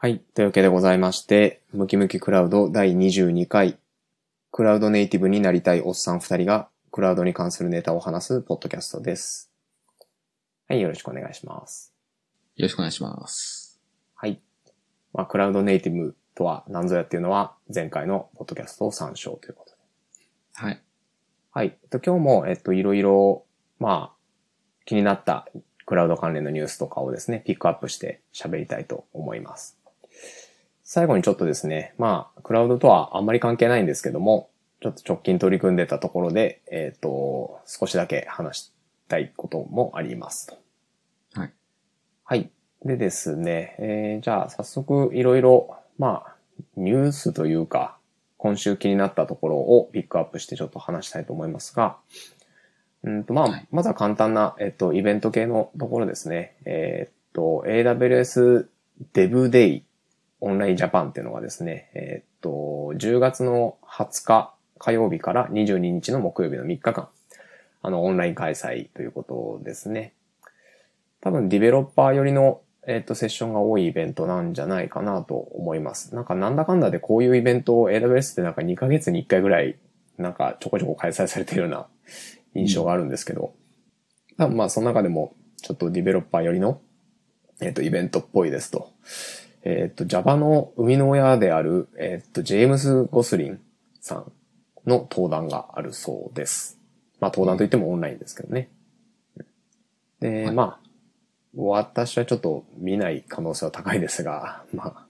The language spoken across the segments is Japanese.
はい。というわけでございまして、ムキムキクラウド第22回、クラウドネイティブになりたいおっさん2人が、クラウドに関するネタを話すポッドキャストです。はい、よろしくお願いします。 よろしくお願いします。 はい。クラウドネイティブとは何ぞやっていうのは、前回のポッドキャストを参照ということで。 はい。 はい。今日も、いろいろ、気になったクラウド関連のニュースとかをですね、ピックアップして喋りたいと思います。最後にちょっとですね、クラウドとはあんまり関係ないんですけども、ちょっと直近取り組んでたところで、少しだけ話したいこともありますと。 はい。 はい。でですね、じゃあ早速いろいろ、ニュースというか、今週気になったところをピックアップしてちょっと話したいと思いますが、まずは簡単な、イベント系のところですね。AWS Dev Dayオンラインジャパンっていうのがですね、10月の20日火曜日から22日の木曜日の3日間、オンライン開催ということですね。多分ディベロッパー寄りの、セッションが多いイベントなんじゃないかなと思います。なんだかんだでこういうイベントを AWS って2ヶ月に1回ぐらい、ちょこちょこ開催されているような印象があるんですけど、多分その中でもちょっとディベロッパー寄りの、イベントっぽいですと。Java の生みの親である、ジェームス・ゴスリンさんの登壇があるそうです。登壇といってもオンラインですけどね。で、私はちょっと見ない可能性は高いですが、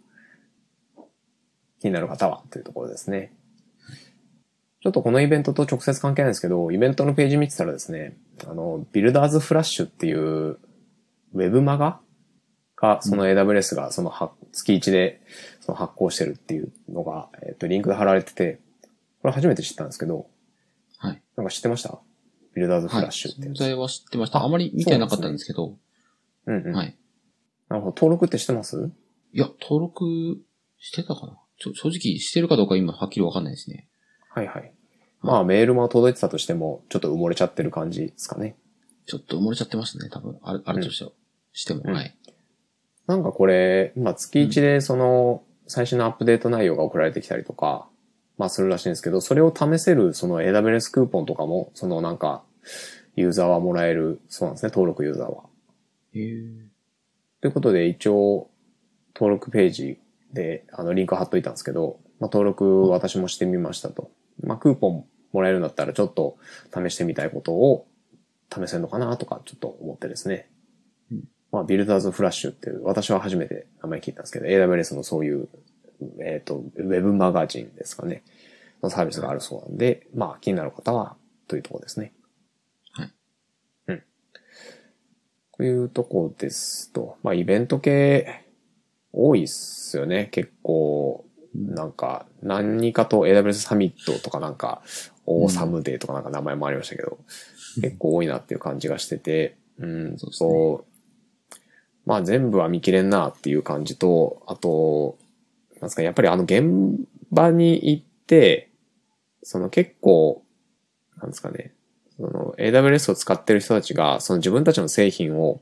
気になる方はというところですね。ちょっとこのイベントと直接関係ないんですけど、イベントのページ見てたらですね、ビルダーズフラッシュっていうウェブマガが、その AWS がその月1でその発行してるっていうのが、リンクで貼られてて、これ初めて知ったんですけど、 はい。 知ってました？ビルダーズフラッシュって。 存在は知ってました。あまり見てなかったんですけど。 うんうん。 はい。 なるほど。登録ってしてます？ いや、登録してたかな？正直してるかどうか今はっきりわかんないですね。 はいはい。メールも届いてたとしても、ちょっと埋もれちゃってる感じですかね。 ちょっと埋もれちゃってましたね、多分。あるとしても、はい。 これ、月1でその、最新のアップデート内容が送られてきたりとか、するらしいんですけど、それを試せる、その AWS クーポンとかも、ユーザーはもらえる、そうなんですね、登録ユーザーは。 へー。 ということで、一応、登録ページで、リンク貼っといたんですけど、登録私もしてみましたと。クーポンもらえるんだったら、ちょっと試してみたいことを試せるのかなとか、ちょっと思ってですね。ビルダーズフラッシュっていう、私は初めて名前聞いたんですけど、AWS のそういう、ウェブマガジンですかね、のサービスがあるそうなんで、気になる方は、というところですね。 はい。 うん。こういうとこですと、イベント系、多いっすよね、結構。何かと AWS サミットとかオーサムデーとか名前もありましたけど、結構多いなっていう感じがしてて、全部は見切れんなっていう感じと、あと、やっぱり現場に行って、結構、AWS を使ってる人たちが、自分たちの製品を、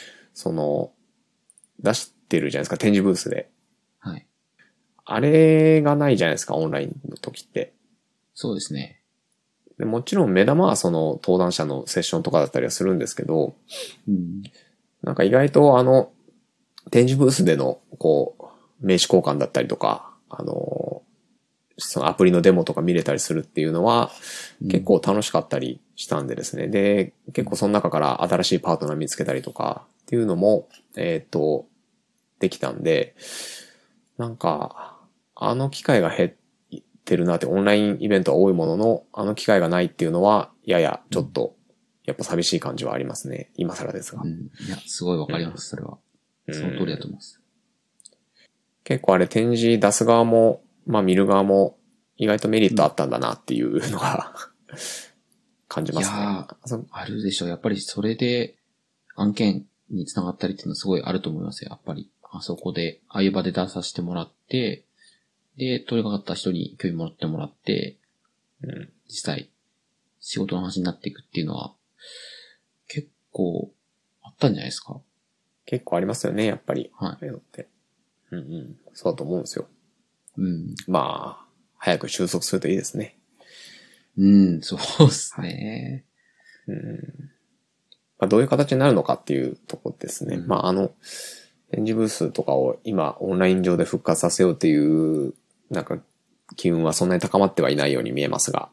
出してるじゃないですか、展示ブースで。 はい。 あれがないじゃないですか、オンラインの時って。 そうですね。 でもちろん目玉は登壇者のセッションとかだったりはするんですけど、意外と展示ブースでの、名刺交換だったりとか、そのアプリのデモとか見れたりするっていうのは、結構楽しかったりしたんでですね。で、結構その中から新しいパートナー見つけたりとかっていうのも、できたんで、機会が減ってるなって、オンラインイベントは多いものの、機会がないっていうのは、ややちょっと、やっぱ寂しい感じはありますね。今更ですが。 いや、すごいわかります、それは。その通りだと思います。 結構あれ展示出す側も、見る側も意外とメリットあったんだなっていうのが感じますね。いやあるでしょう。やっぱりそれで案件につながったりっていうのはすごいあると思いますよ。やっぱり。あそこで、ああいう場で出させてもらって、で、取り掛かった人に興味持ってもらって、実際、仕事の話になっていくっていうのは、結構、あったんじゃないですか？ 結構ありますよね、やっぱり。 はい。 うん。そうだと思うんですよ。 うん。 まあ、早く収束するといいですね。 うん、そうっすね。 まあ、どういう形になるのかっていうところですね。 うんまあ、展示ブースとかを今、オンライン上で復活させようっていう、なんか、機運はそんなに高まってはいないように見えますが。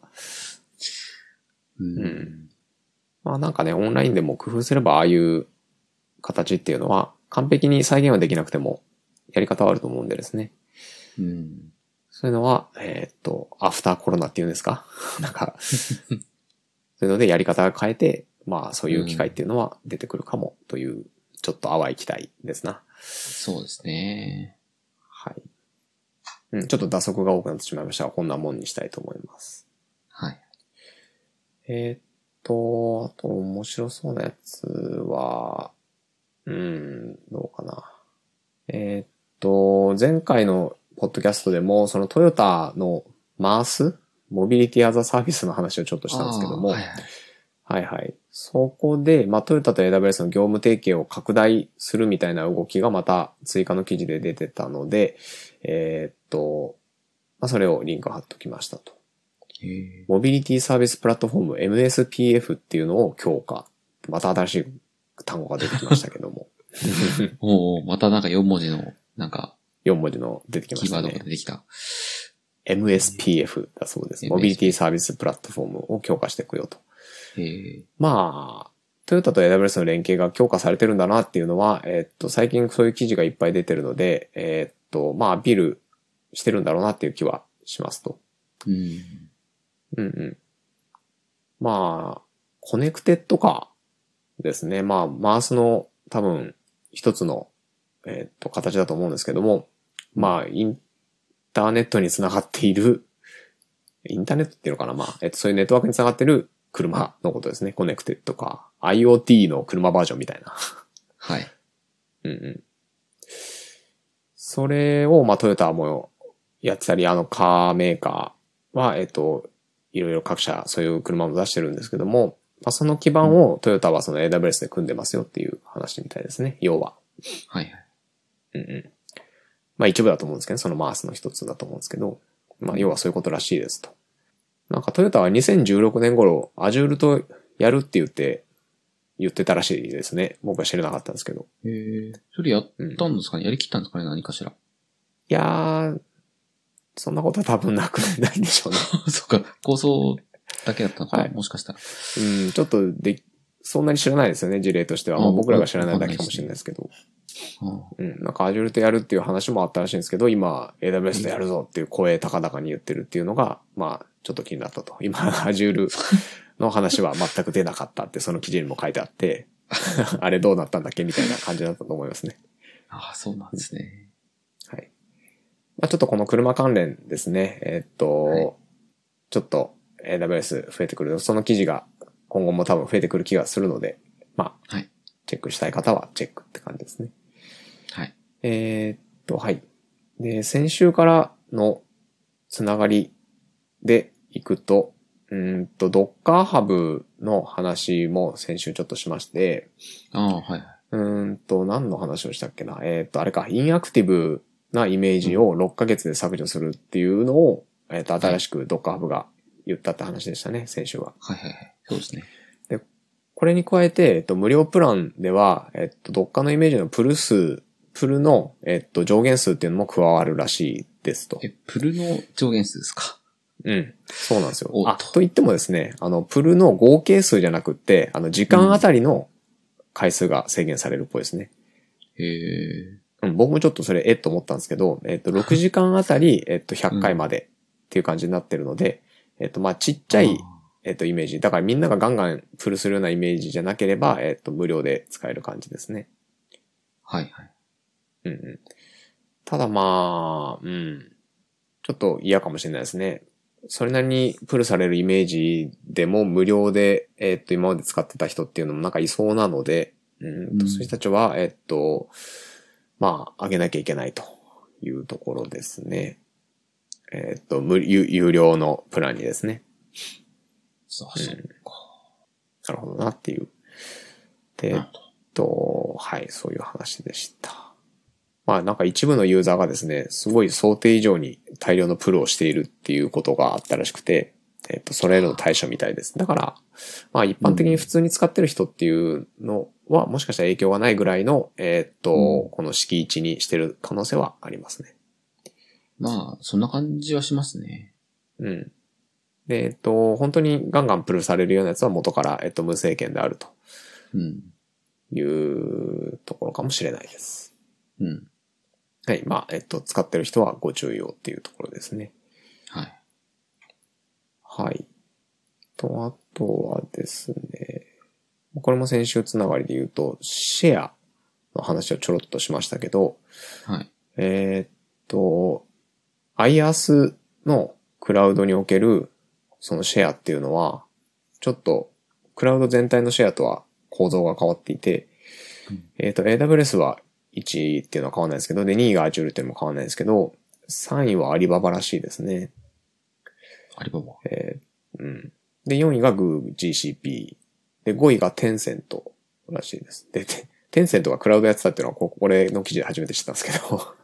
まあなんかね、オンラインでも工夫すればああいう形っていうのは、完璧に再現はできなくても、やり方はあると思うんでですね。そういうのは、アフターコロナっていうんですかなんか、そういうのでやり方が変えて、まあそういう機会っていうのは出てくるかもという、ちょっと淡い期待ですな。 そうですね。 はい。ちょっと打足が多くなってしまいましたが、こんなもんにしたいと思います。 はい。 あと面白そうなやつは、どうかな。前回のポッドキャストでも、そのトヨタのマースモビリティアザサービスの話をちょっとしたんですけども、 はいはい。 はいはい。そこで、まあ、トヨタと AWS の業務提携を拡大するみたいな動きがまた追加の記事で出てたので、まあ、それをリンク貼っときましたと。モビリティサービスプラットフォーム MSPF っていうのを強化。また新しい単語が出てきましたけども。 またなんか4文字の、なんか、 4文字の出てきましたね。 キーワードが出てきた。 MSPF だそうです。モビリティサービスプラットフォームを強化していくよと。まあ、トヨタと AWS の連携が強化されてるんだなっていうのは、最近そういう記事がいっぱい出てるので、まあ、アピールしてるんだろうなっていう気はしますと。まあ、コネクテッド化ですね。まあ、マースの多分一つの、形だと思うんですけども、まあ、インターネットにつながっている、インターネットっていうのかなまあ、そういうネットワークにつながっている車のことですね。コネクテッドか。IoT の車バージョンみたいな。 はい。 それを、まあ、トヨタもやってたり、カーメーカーは、いろいろ各社そういう車も出してるんですけども、まあ、その基盤をトヨタはその AWS で組んでますよっていう話みたいですね。要は。 はいはい。 まあ一部だと思うんですけど、そのマースの一つだと思うんですけど、まあ要はそういうことらしいですと。なんかトヨタは2016年頃、Azure とやるって言ってたらしいですね。僕は知らなかったんですけど。 それやったんですかね、やりきったんですかね何かしら。 いやー、そんなことは多分ないんでしょうね。 そっか、構想だけだったのかな、もしかしたら。 ちょっとそんなに知らないですよね、事例としては。まあ僕らが知らないだけかもしれないですけど。なんか Azure とやるっていう話もあったらしいんですけど、今 AWS とやるぞっていう声高々に言ってるっていうのが、まあちょっと気になったと。今 Azure の話は全く出なかったってその記事にも書いてあって、あれどうなったんだっけみたいな感じだったと思いますね。 ああ、そうなんですね。 はい。まあちょっとこの車関連ですね。ちょっと AWS 増えてくる。その記事が今後も多分増えてくる気がするので、まあ、チェックしたい方はチェックって感じですね。 はい。 はい。で、先週からのつながりでいくと、Docker Hub の話も先週ちょっとしまして、何の話をしたっけな。あれか、インアクティブなイメージを6ヶ月で削除するっていうのを、新しく Docker Hub が言ったって話でしたね、先週は。 そうですね。 で、これに加えて、無料プランでは、Docker のイメージのプルの、上限数っていうのも加わるらしいですと。 プルの上限数ですか？ そうなんですよ。と言ってもですね、プルの合計数じゃなくって、時間あたりの回数が制限されるっぽいですね。僕もちょっとそれ、と思ったんですけど、6時間あたり、100回までっていう感じになってるので、まあ、ちっちゃい、イメージ。だからみんながガンガンプルするようなイメージじゃなければ、無料で使える感じですね。ただまあ、ちょっと嫌かもしれないですね。それなりにプルされるイメージでも無料で、今まで使ってた人っていうのもなんかいそうなので、そういう人たちは、まあ、上げなきゃいけないというところですね。有料のプランにですね。なるほどなっていう。で、はい、そういう話でした。 まあなんか一部のユーザーがですね、すごい想定以上に大量のプルをしているっていうことがあったらしくて、それへの対処みたいです。だから、まあ一般的に普通に使ってる人っていうのは、もしかしたら影響がないぐらいの、この敷地にしてる可能性はありますね。 まあ、そんな感じはしますね。 うん。で、本当にガンガンプルされるようなやつは元から、無制限であるとうん。 いうところかもしれないです。 うん。 はい。まあ、使ってる人はご注意をっていうところですね。 はい。 はい。あとはですね、これも先週つながりで言うと、シェアの話をちょろっとしましたけど、 はい。 IaaS のクラウドにおけるそのシェアっていうのは、ちょっとクラウド全体のシェアとは構造が変わっていて、AWS は1位っていうのは変わらないですけど、で、2位が Azure っていうのも変わらないですけど、3位はアリババらしいですね。 アリババ。 うん。で、4位が Google GCP。で、5位がテンセントらしいです。で、テンセントがクラウドやってたっていうのは、これの記事で初めて知ったんですけど。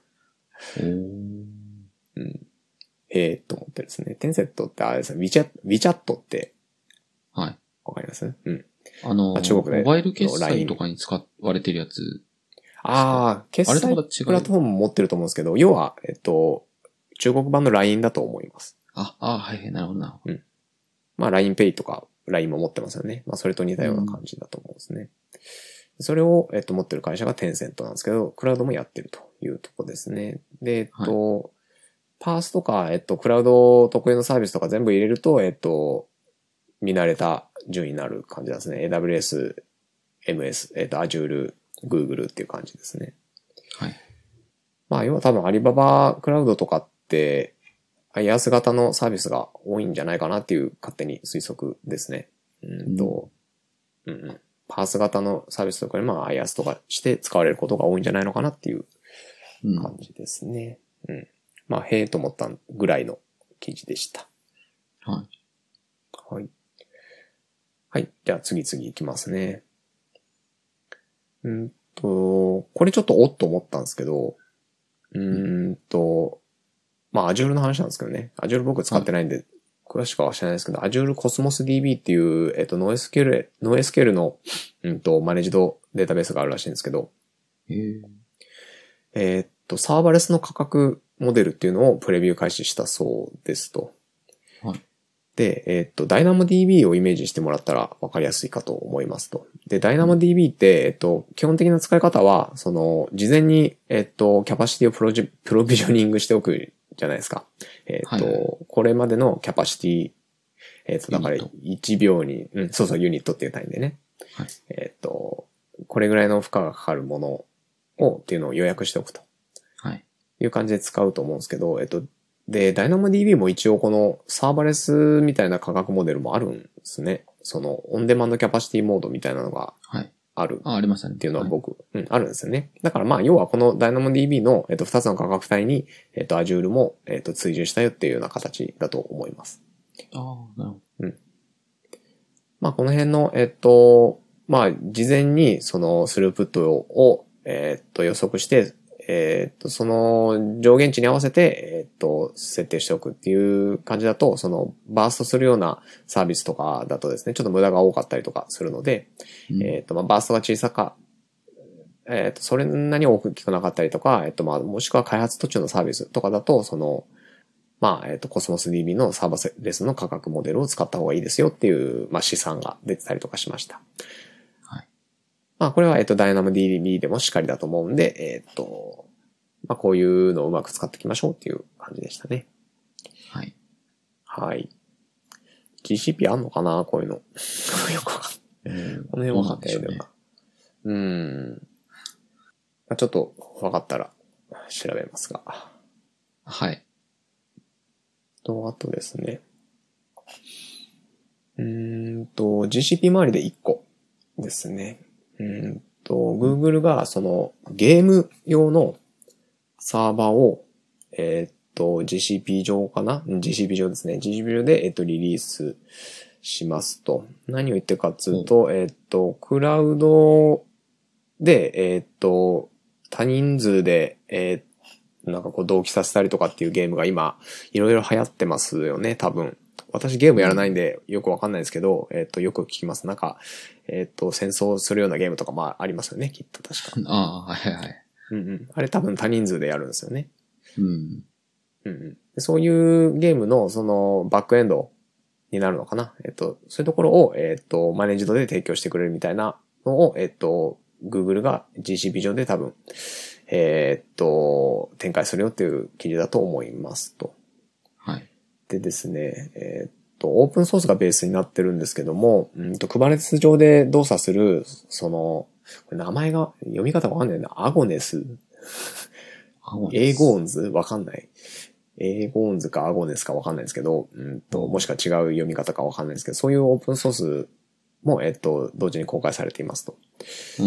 うん。と思ってですね。テンセントってあれですね、WeChat って、 はい。 わかりますうん。 中国で。モバイル決済とかに使われてるやつ。 決済プラットフォーム持ってると思うんですけど、要は、中国版の LINE だと思います。 はい、なるほどな。 うん。まあ LINEPay とか LINE も持ってますよね。まあそれと似たような感じだと思うんですね。それを、持ってる会社がテンセントなんですけど、クラウドもやってるというとこですね。で、パースとか、クラウド特有のサービスとか全部入れると、見慣れた順位になる感じですね。AWS、MS、Azure、Google っていう感じですね。 はい。 まあ、要は多分アリババクラウドとかって、IaaS 型のサービスが多いんじゃないかなっていう勝手に推測ですね。パース型のサービスとかにIaaS とかして使われることが多いんじゃないのかなっていう感じですね。まあ、へえと思ったぐらいの記事でした。 はい。 はい。はい。じゃあ次々いきますね。これちょっとおっと思ったんですけど、まあ Azure の話なんですけどね。Azure 僕使ってないんで、詳しくは知らないですけど、Azure Cosmos DB っていう、NoSQL の、マネージドデータベースがあるらしいんですけど、サーバレスの価格モデルっていうのをプレビュー開始したそうですと。 はい。 で、DynamoDB をイメージしてもらったら分かりやすいかと思いますと。で、DynamoDB って、基本的な使い方は、事前に、キャパシティをプロビジョニングしておくじゃないですか。これまでのキャパシティ、だから1秒に、ユニットっていう単位でね。 はい。 これぐらいの負荷がかかるものを、っていうのを予約しておくと。 はい。 いう感じで使うと思うんですけど、で、DynamoDB も一応このサーバレスみたいな価格モデルもあるんですね。オンデマンドキャパシティモードみたいなのがある。 ありましたね。 っていうのはあるんですよね。だから要はこの DynamoDB の、2つの価格帯に、Azure も、追従したよっていうような形だと思います。 なるほど。 この辺の、事前にスループットを、予測して、その上限値に合わせて、設定しておくっていう感じだと、バーストするようなサービスとかだとですね、ちょっと無駄が多かったりとかするので、バーストが小さか、それなに大きくなかったりとか、もしくは開発途中のサービスとかだと、コスモス DB のサーバーレスの価格モデルを使った方がいいですよっていう、試算が出てたりとかしました。これは、DynamoDB でもしっかりだと思うんで、こういうのをうまく使っていきましょうっていう感じでしたね。 はい。 はい。GCP あんのかなこういうの。よくわかんない。この辺わかんないけどな。ちょっとわかったら調べますが。 はい。 あとですね。GCP 周りで1個ですね。Google がゲーム用のサーバーを、GCP 上かな ?GCP 上ですね。GCP 上で、リリースしますと。何を言ってるかっていうと、クラウドで、 多人数で、なんかこう同期させたりとかっていうゲームが今、いろいろ流行ってますよね、多分。私ゲームやらないんでよくわかんないですけど、よく聞きます。なんか、戦争するようなゲームとかまあありますよね、きっと確か。 ああ、はいはい。 うんうん。あれ多分多人数でやるんですよね。 うん。 うんうん。でそういうゲームのそのバックエンドになるのかな。そういうところを、マネージドで提供してくれるみたいなのを、Google が GCP 上で多分、展開するよっていう記事だと思いますと。 はい。 でですね、オープンソースがベースになってるんですけども、Kubernetes 上で動作する、その、これ名前が、読み方わかんないな。アゴネス。エーゴーンズわかんない。エーゴーンズかアゴネスかわかんないんですけど、もしくは違う読み方かわかんないんですけど、そういうオープンソースも、同時に公開されていますと。 うん。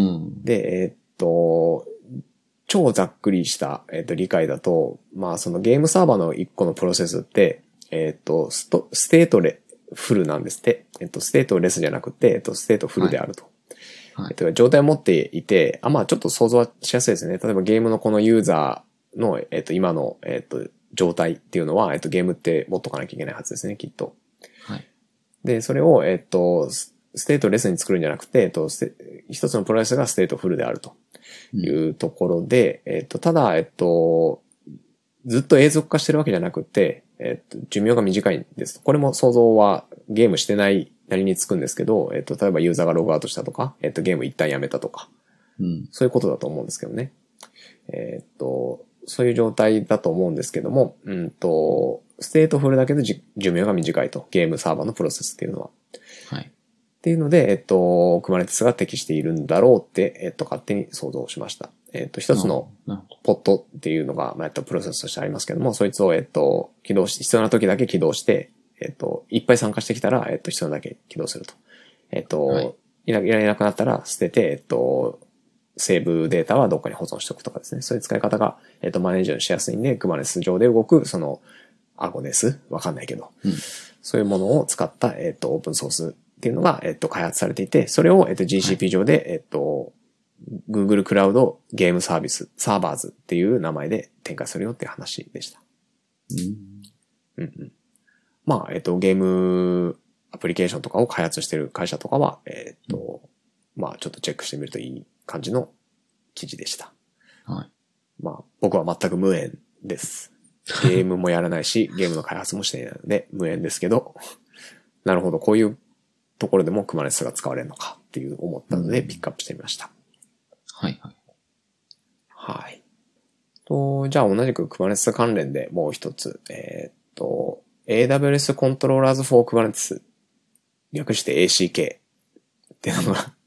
で、超ざっくりした、理解だと、まあ、そのゲームサーバーの一個のプロセスって、ステートフルなんですって。ステートレスじゃなくて、ステートフルであると。 はい。 状態を持っていて、まあちょっと想像はしやすいですね。例えばゲームのこのユーザーの、今の、状態っていうのは、ゲームって持っとかなきゃいけないはずですね、きっと。 はい。 で、それを、ステートレスに作るんじゃなくて、一つのプロセスがステートフルであるというところで、ただ、ずっと永続化してるわけじゃなくて、寿命が短いんです。これも想像はゲームしてないなりにつくんですけど、例えばユーザーがログアウトしたとか、ゲーム一旦やめたとか、 うん。 そういうことだと思うんですけどね。そういう状態だと思うんですけども、ステートフルだけど寿命が短いと。ゲームサーバーのプロセスっていうのは。 はい。 っていうので、Kubernetes が適しているんだろうって、勝手に想像しました。一つのポットっていうのが、プロセスとしてありますけども、そいつを、起動して、必要な時だけ起動して、いっぱい参加してきたら、必要なだけ起動すると。 はい。 いらなくなったら捨てて、セーブデータはどっかに保存しておくとかですね。そういう使い方が、マネージャーしやすいんで、Kubernetes 上で動く、その、アゴネスわかんないけど、 うん。 そういうものを使った、オープンソースっていうのが、開発されていて、それを、GCP 上で、Google クラウドゲームサービス、サーバーズっていう名前で展開するよっていう話でした。 うん。 うんうん。まあ、ゲームアプリケーションとかを開発している会社とかは、まあ、ちょっとチェックしてみるといい感じの記事でした。 はい。 まあ、僕は全く無縁です。ゲームもやらないし、ゲームの開発もしていないので無縁ですけど、なるほど、こういうところでもKubernetesが使われるのかっていう思ったのでピックアップしてみました。 はいはい。 はい。じゃあ同じく Kubernetes 関連でもう一つ、AWS Controllers for Kubernetes 略して ACK っていうのが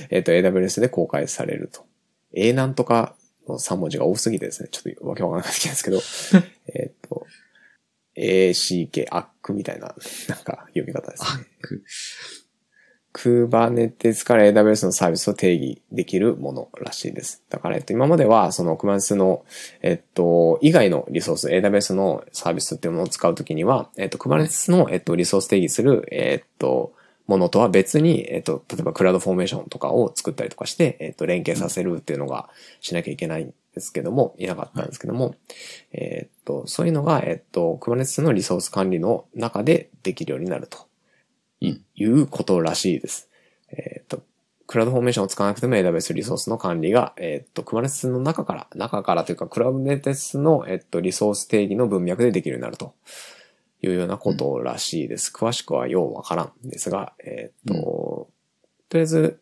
AWS で公開されると。A なんとかの3文字が多すぎてですね、ちょっとわけわからなくなってきたんですけど、ACK、アックみたいな、なんか読み方ですね。Kubernetes から AWS のサービスを定義できるものらしいです。だから、今までは、その Kubernetes の、以外のリソース、AWS のサービスっていうものを使うときには、Kubernetes の、リソース定義する、ものとは別に、例えばクラウドフォーメーションとかを作ったりとかして、連携させるっていうのがしなきゃいけないんですけども、いなかったんですけども、そういうのが、Kubernetes のリソース管理の中でできるようになると。いうことらしいです。クラウドフォーメーションを使わなくても AWS リソースの管理が、Kubernetes の中からというか、Kubernetes の、リソース定義の文脈でできるようになるというようなことらしいです。詳しくはようわからんですが、とりあえず、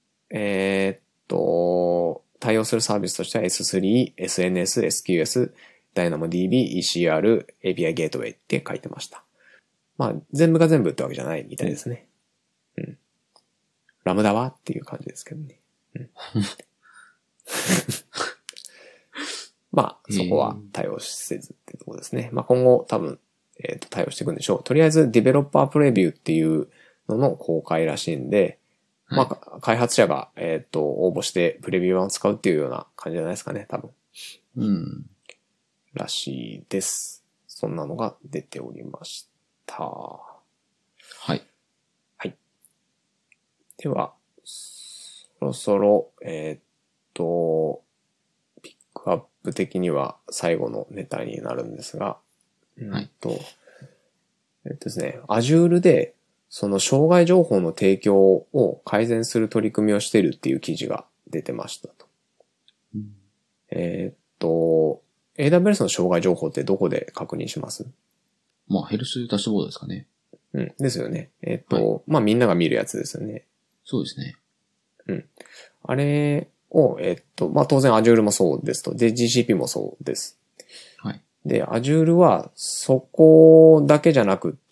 対応するサービスとしては S3、SNS、SQS、DynamoDB、ECR、API Gateway って書いてました。まあ、全部が全部ってわけじゃないみたいですね。うん。ラムダはっていう感じですけどね。うん。まあ、そこは対応せずっていうところですね。まあ、今後多分、対応していくんでしょう。とりあえず、ディベロッパープレビューっていうのの公開らしいんで、まあ、開発者が、応募してプレビュー版を使うっていうような感じじゃないですかね、多分。 うん。 らしいです。そんなのが出ておりました。 はい。 はい。では、そろそろ、ピップ的には最後のネタになるんですが、 はい。 ですね、Azure で、その障害情報の提供を改善する取り組みをしているっていう記事が出てましたと。 うん、 AWS の障害情報ってどこで確認します？ まあ、ヘルスダッシュボードですかね。 うん。ですよね。 はい。 まあみんなが見るやつですよね。 そうですね。 うん。あれを、まあ当然 Azure もそうですと。で、GCP もそうです。 はい。 で、Azure はそこだけじゃなくって、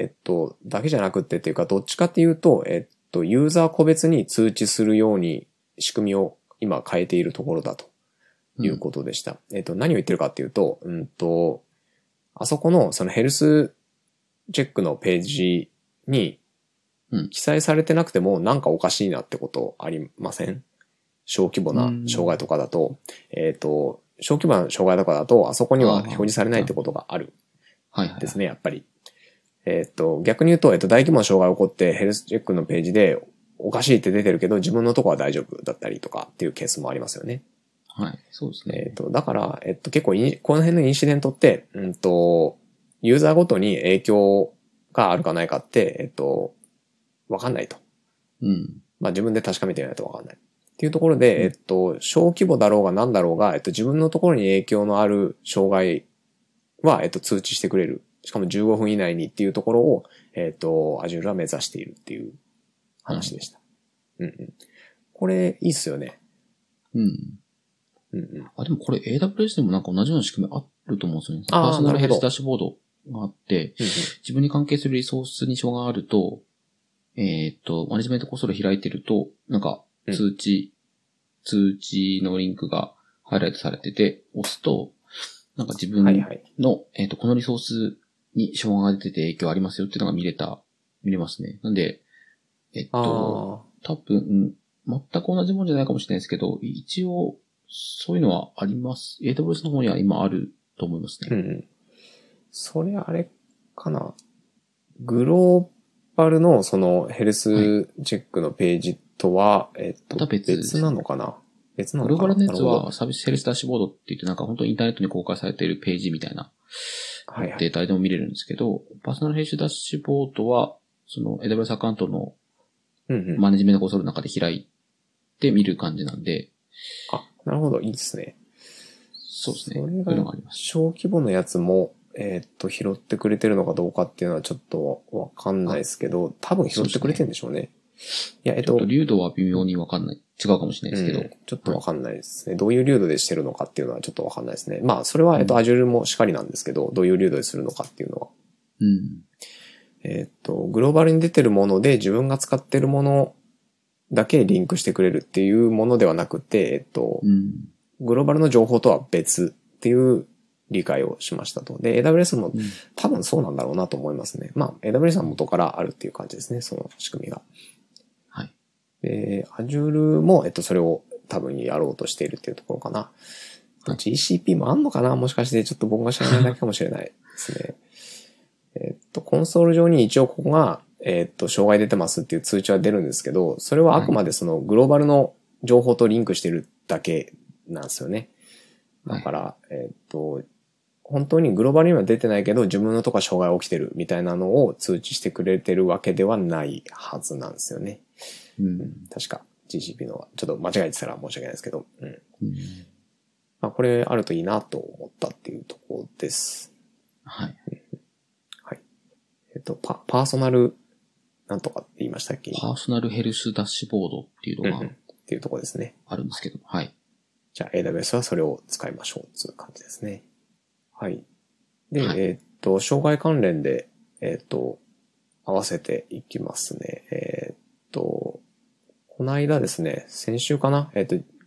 だけじゃなくってっていうか、どっちかっていうと、ユーザー個別に通知するように仕組みを今変えているところだということでした。何を言ってるかっていうと、あそこのそのヘルスチェックのページに記載されてなくてもなんかおかしいなってことありません？小規模な障害とかだと、小規模な障害とかだと、あそこには表示されないってことがあるはいはい。 ですね、やっぱり。逆に言うと、大規模な障害が起こってヘルスチェックのページでおかしいって出てるけど、自分のとこは大丈夫だったりとかっていうケースもありますよね。 はい。そうですね。 だから、結構この辺のインシデントって、ユーザーごとに影響があるかないかって、わかんないと。 うん。 まあ自分で確かめてみないとわかんない。っていうところで、小規模だろうが何だろうが、自分のところに影響のある障害は、通知してくれる。しかも15分以内にっていうところを、Azure は目指しているっていう話でした。うんうん。これ、いいっすよね。 うん。うんうん。あ、でもこれ AWS でもなんか同じような仕組みあると思うんですよね。パーソナルヘルスダッシュボードがあって、自分に関係するリソースに障害があると、マネジメントコンソール開いてると、なんか通知のリンクがハイライトされてて、押すと、なんか自分の、はいはい、このリソースに障害が出てて影響ありますよっていうのが見れますね。なんで、多分、全く同じもんじゃないかもしれないですけど、一応、そういうのはあります。AWS の方には今あると思いますね。 うん。それあれかな。グローバルのそのヘルスチェックのページとは、 また別なのかな？別なのかな？ グローバルのやつはサービスヘルスダッシュボードって言ってなんか本当にインターネットに公開されているページみたいな。はいはい。で誰でも見れるんですけど、パーソナルヘルスダッシュボードは、その AWS アカウントのマネジメントコンソールの中で開いて見る感じなんで。 あ、なるほど。いいですね。 そうですね。 それが小規模のやつも、拾ってくれてるのかどうかっていうのはちょっとわかんないですけど、多分拾ってくれてるんでしょうね。 いや、ちょっと流度は微妙にわかんない。違うかもしれないですけど。 ちょっとわかんないですね。どういう流度でしてるのかっていうのはちょっとわかんないですね。まあ、それは、Azure もしかりなんですけど、どういう流度でするのかっていうのは。 うん。 グローバルに出てるもので自分が使ってるものだけリンクしてくれるっていうものではなくて、グローバルの情報とは別っていう理解をしましたと。で、AWS も多分そうなんだろうなと思いますね。まあ、AWS は元からあるっていう感じですね、その仕組みが。 はい。 で、Azure も、それを多分やろうとしているっていうところかな。はい、GCP もあんのかな？もしかしてちょっと僕が知らないだけかもしれないですね。コンソール上に一応ここが、障害出てますっていう通知は出るんですけど、それはあくまでそのグローバルの情報とリンクしてるだけなんですよね。だから、本当にグローバルには出てないけど、自分のとこは障害起きてるみたいなのを通知してくれてるわけではないはずなんですよね。確か GCP のは、ちょっと間違えてたら申し訳ないですけど、まあ、これあるといいなと思ったっていうところです。 はい。 はい。パーソナル、なんとかって言いましたっけ？ パーソナルヘルスダッシュボードっていうのが、 っていうところですね。 あるんですけど、はい。 じゃあ AWS はそれを使いましょうっていう感じですね。はい。で、はい、障害関連で、合わせていきますね。この間ですね、先週かな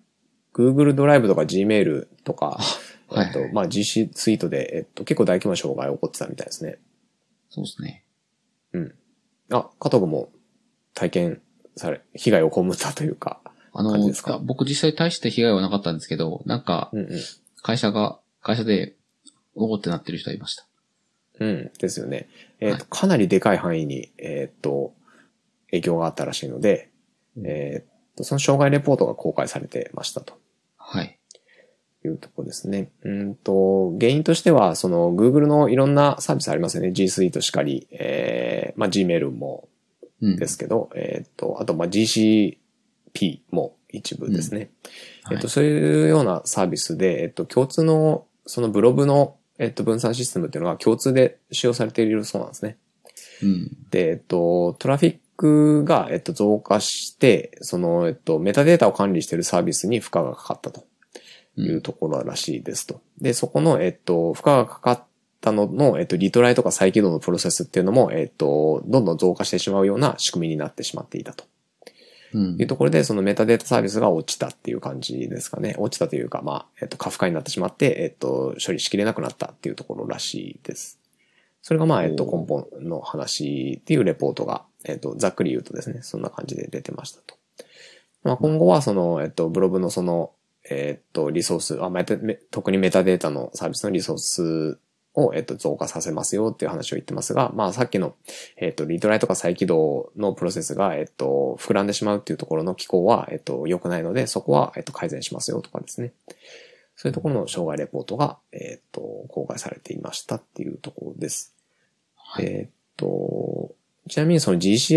Google ドライブとか Gmail とか、まあ、GC ツイートで、結構大規模な障害起こってたみたいですね。 そうですね。 加藤君も体験被害を被ったというか、感じですか？ 僕実際大して被害はなかったんですけど、なんか、会社で、おーってなってる人はいました。 ですよね。かなりでかい範囲に、影響があったらしいので、その障害レポートが公開されてましたと。 はい。 いうところですね。原因としては、その Google のいろんなサービスありますよね。G Suite しかり、Gmail もですけど、あとGCP も一部ですね。そういうようなサービスで、共通の、そのブログの、分散システムっていうのは共通で使用されているそうなんですね。で、トラフィックが、増加して、その、メタデータを管理しているサービスに負荷がかかったというところらしいですと。で、そこの、負荷がかかったのの、リトライとか再起動のプロセスっていうのも、どんどん増加してしまうような仕組みになってしまっていたと。いうところで、そのメタデータサービスが落ちたっていう感じですかね。落ちたというか、過負荷になってしまって、処理しきれなくなったっていうところらしいです。それが根本の話っていうレポートが、ざっくり言うとですね、そんな感じで出てましたと。今後はその、ブログのその、リソース、特にメタデータのサービスのリソースを、増加させますよっていう話を言ってますが、さっきの、リトライとか再起動のプロセスが、膨らんでしまうっていうところの機構は、良くないので、そこは、改善しますよとかですね。そういうところの障害レポートが、公開されていましたっていうところです。 はい、 ちなみにその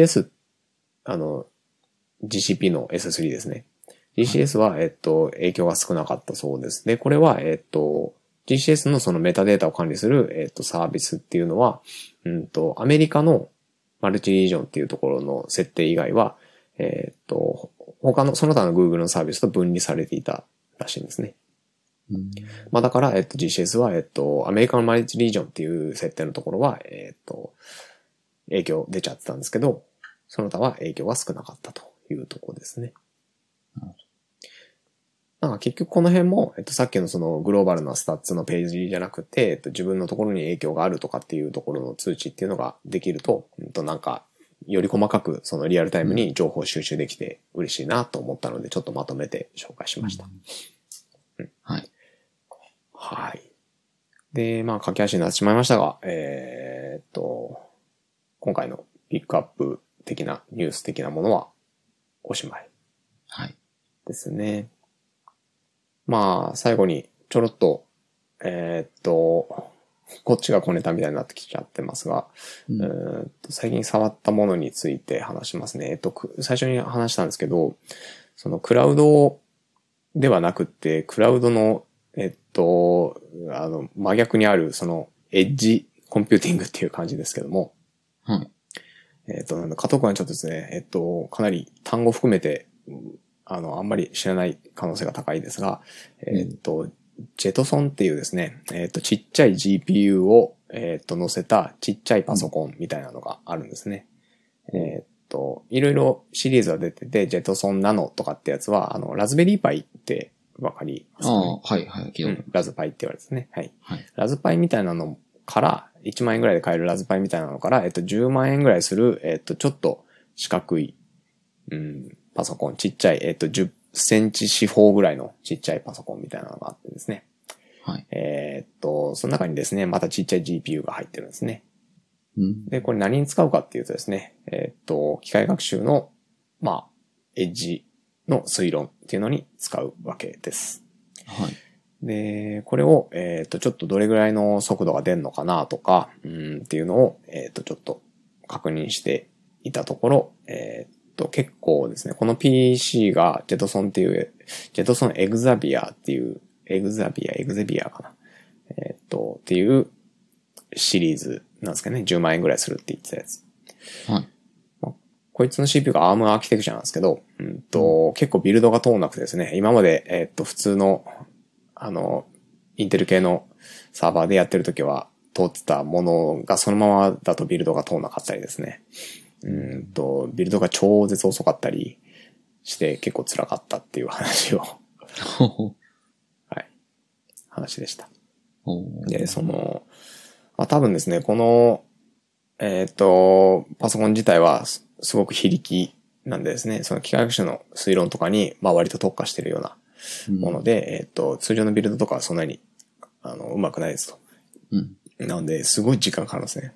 GCS、GCP の S3 ですね。GCS は、影響が少なかったそうです。で、これは、GCS のそのメタデータを管理する、サービスっていうのは、アメリカのマルチリージョンっていうところの設定以外は、他の、その他の Google のサービスと分離されていたらしいんですね。だから、GCS は、アメリカのマルチリージョンっていう設定のところは、影響出ちゃってたんですけど、その他は影響が少なかったというところですね。結局この辺も、さっきのそのグローバルなスタッツのページじゃなくて、自分のところに影響があるとかっていうところの通知っていうのができると、より細かくそのリアルタイムに情報収集できて嬉しいなと思ったので、ちょっとまとめて紹介しました。 はい。 はい。で、駆け足になってしまいましたが、今回のピックアップ的なニュース的なものはおしまい。 はい。 ですね。最後にちょろっと、こっちが小ネタみたいになってきちゃってますが、最近触ったものについて話しますね。最初に話したんですけど、そのクラウドではなくて、クラウドの、真逆にある、その、エッジコンピューティングっていう感じですけども、 はい。 加藤君はちょっとですね、かなり単語含めて、あんまり知らない可能性が高いですが、ジェトソンっていうですね、ちっちゃい GPU を、乗せたちっちゃいパソコンみたいなのがあるんですね。いろいろシリーズが出てて、ジェトソンナノとかってやつは、ラズベリーパイってわかりますかね？ はい、はい、 ラズパイって言われてですね。はい。 はい。 ラズパイみたいなのから、1万円ぐらいで買えるラズパイみたいなのから、10万円ぐらいする、ちょっと四角い、パソコン、ちっちゃい、10センチ四方ぐらいのちっちゃいパソコンみたいなのがあってですね。 はい。 その中にですね、またちっちゃい GPU が入ってるんですね。で、これ何に使うかっていうとですね、機械学習の、エッジの推論っていうのに使うわけです。 はい。 で、これを、ちょっとどれぐらいの速度が出るのかなとか、っていうのを、ちょっと確認していたところ、結構ですね、この PC がジェトソンっていう、ジェトソンエグザビアっていう、エグゼビアかな。っていうシリーズなんですかね。10万円ぐらいするって言ってたやつ。 はい。 こいつの CPU が ARM アーキテクチャなんですけど、結構ビルドが通んなくてですね、今まで、普通の、インテル系のサーバーでやってるときは通ってたものがそのままだとビルドが通んなかったりですね。ビルドが超絶遅かったりして結構辛かったっていう話をはい、話でした。で、多分ですね、この、パソコン自体はすごく非力なんでですね、その機械学習の推論とかに、割と特化しているようなもので、通常のビルドとかはそんなに、うまくないですと。なので、すごい時間かかるんですね。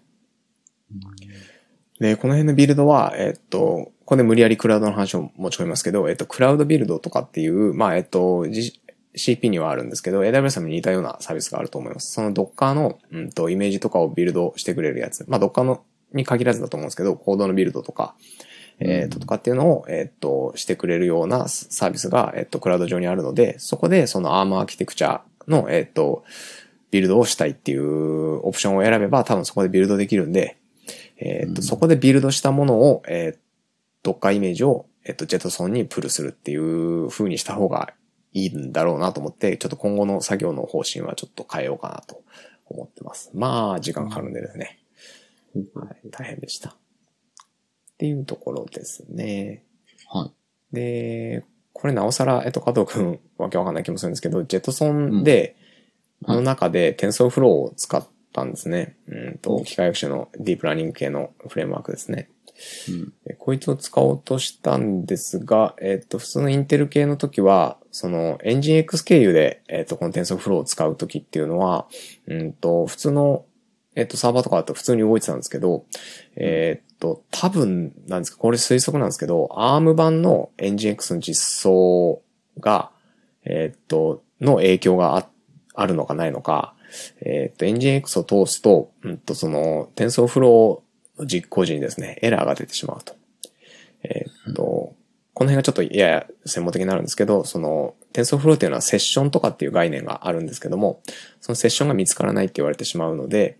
で、この辺のビルドは、ここで無理やりクラウドの話を持ち込みますけど、クラウドビルドとかっていう、 GCP にはあるんですけど、AWS に似たようなサービスがあると思います。その Docker の、イメージとかをビルドしてくれるやつ。まあ Docker のに限らずだと思うんですけど、コードのビルドとか、とかっていうのを、してくれるようなサービスが、クラウド上にあるので、そこでその ARM アーキテクチャの、ビルドをしたいっていうオプションを選べば、多分そこでビルドできるんで、そこでビルドしたものを、Docker イメージを、JetSon にプルするっていう風にした方がいいんだろうなと思って、ちょっと今後の作業の方針はちょっと変えようかなと思ってます。まあ、時間かかるんでですね。はい、大変でした。っていうところですね。 はい。 で、これなおさら、加藤くん、わけわかんない気もするんですけど、JetSon で、の中で TensorFlow を使ったんですね。機械学習のディープラーニング系のフレームワークですね。こいつを使おうとしたんですが、普通のインテル系の時は、その、エンジン X 経由で、この TensorFlow を使う時っていうのは、普通の、サーバーとかだと普通に動いてたんですけど、多分なんですか、これ推測なんですけど、ARM 版のエンジン X の実装が、の影響があるのかないのか、エンジン X を通すと、その、TensorFlow の実行時にですね、エラーが出てしまうと。この辺がちょっとやや専門的になるんですけど、その、TensorFlow っていうのはセッションとかっていう概念があるんですけども、そのセッションが見つからないって言われてしまうので、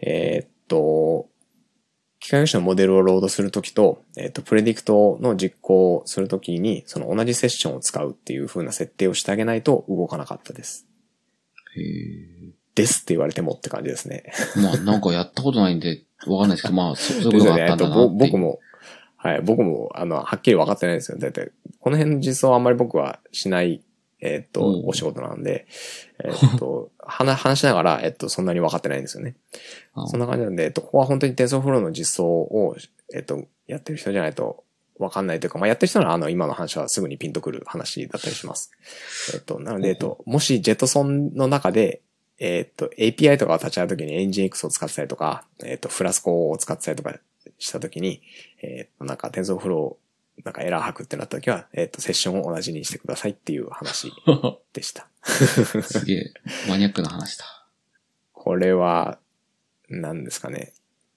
機械学習のモデルをロードするときと、プレディクトの実行をするときに、その同じセッションを使うっていう風な設定をしてあげないと動かなかったです。 へー。 ですって言われてもって感じですね。 まあ、なんかやったことないんで、わかんないですけど、まあ、そういうことがあったんだなって。 僕も、はっきり分かってないんですよ。だいたい、この辺の実装はあんまり僕はしない、お仕事なんで、話しながら、そんなに分かってないんですよね。そんな感じなんで、ここは本当に TensorFlow の実装を、やってる人じゃないと分かんないというか、まあ、やってる人なら今の話はすぐにピンとくる話だったりします。なので、もし JetSon の中で、API とかを立ち上げるときに NGINX を使ってたりとか、フラスコを使ってたりとかしたときに、なんか TensorFlow なんかエラー吐くってなったときは、セッションを同じにしてくださいっていう話でした。 すげえ、マニアックな話だ。 これは、何ですかね。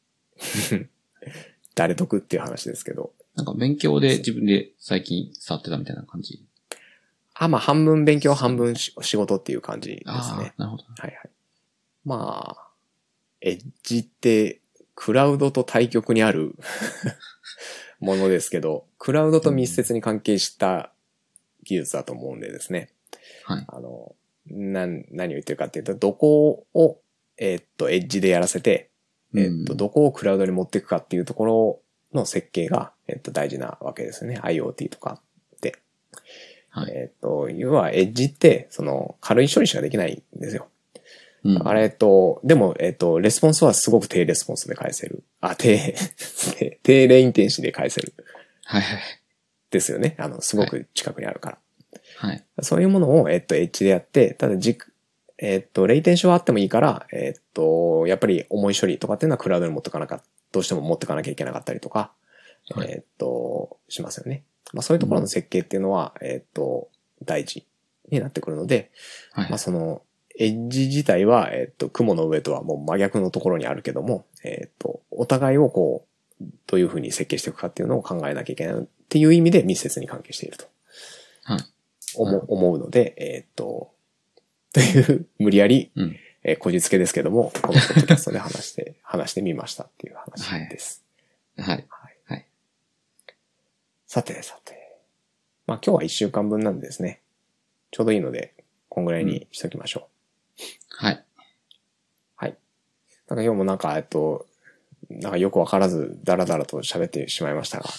誰得っていう話ですけど。 なんか勉強で自分で最近触ってたみたいな感じ。 まあ半分勉強半分仕事っていう感じですね。 なるほど。 はいはい。まあ、エッジってクラウドと対極にあるものですけど、クラウドと密接に関係した技術だと思うんでですね。 はい。 何を言ってるかっていうと、どこを、エッジでやらせて、どこをクラウドに持っていくかっていうところの設計が、大事なわけですよね。IoT とかって。 はい。 要は、エッジって、その、軽い処理しかできないんですよ。あれ、でも、レスポンスはすごく低レスポンスで返せる。低レインテンシで返せる。 はいはい。 ですよね。すごく近くにあるから。 はい。 そういうものを、エッジでやって、ただレイテンシはあってもいいから、やっぱり重い処理とかっていうのはクラウドに持ってかなかった、どうしても持ってかなきゃいけなかったりとか、 はい、 しますよね。まあそういうところの設計っていうのは、大事になってくるので、 はい、 まあその、エッジ自体は、雲の上とはもう真逆のところにあるけども、お互いをこう、どういうふうに設計していくかっていうのを考えなきゃいけないっていう意味で密接に関係していると。 はい。 思うので、という無理やり、こじつけですけども、このポッドキャストで話してみましたっていう話です。 はい。はい。 さて。まあ今日は1週間分なんでですね。ちょうどいいので、こんぐらいにしときましょう。 はい。 はい。なんか今日もなんかよくわからず、だらだらと喋ってしまいましたが。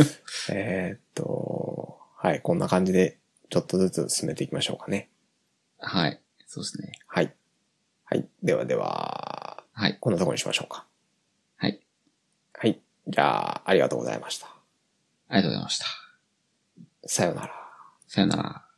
はい、こんな感じで、ちょっとずつ進めていきましょうかね。 はい。そうですね。 はい。はい。では、 はい。 こんなところにしましょうか。 はい。 はい。じゃあ、ありがとうございました。 ありがとうございました。 さようなら。 さよなら。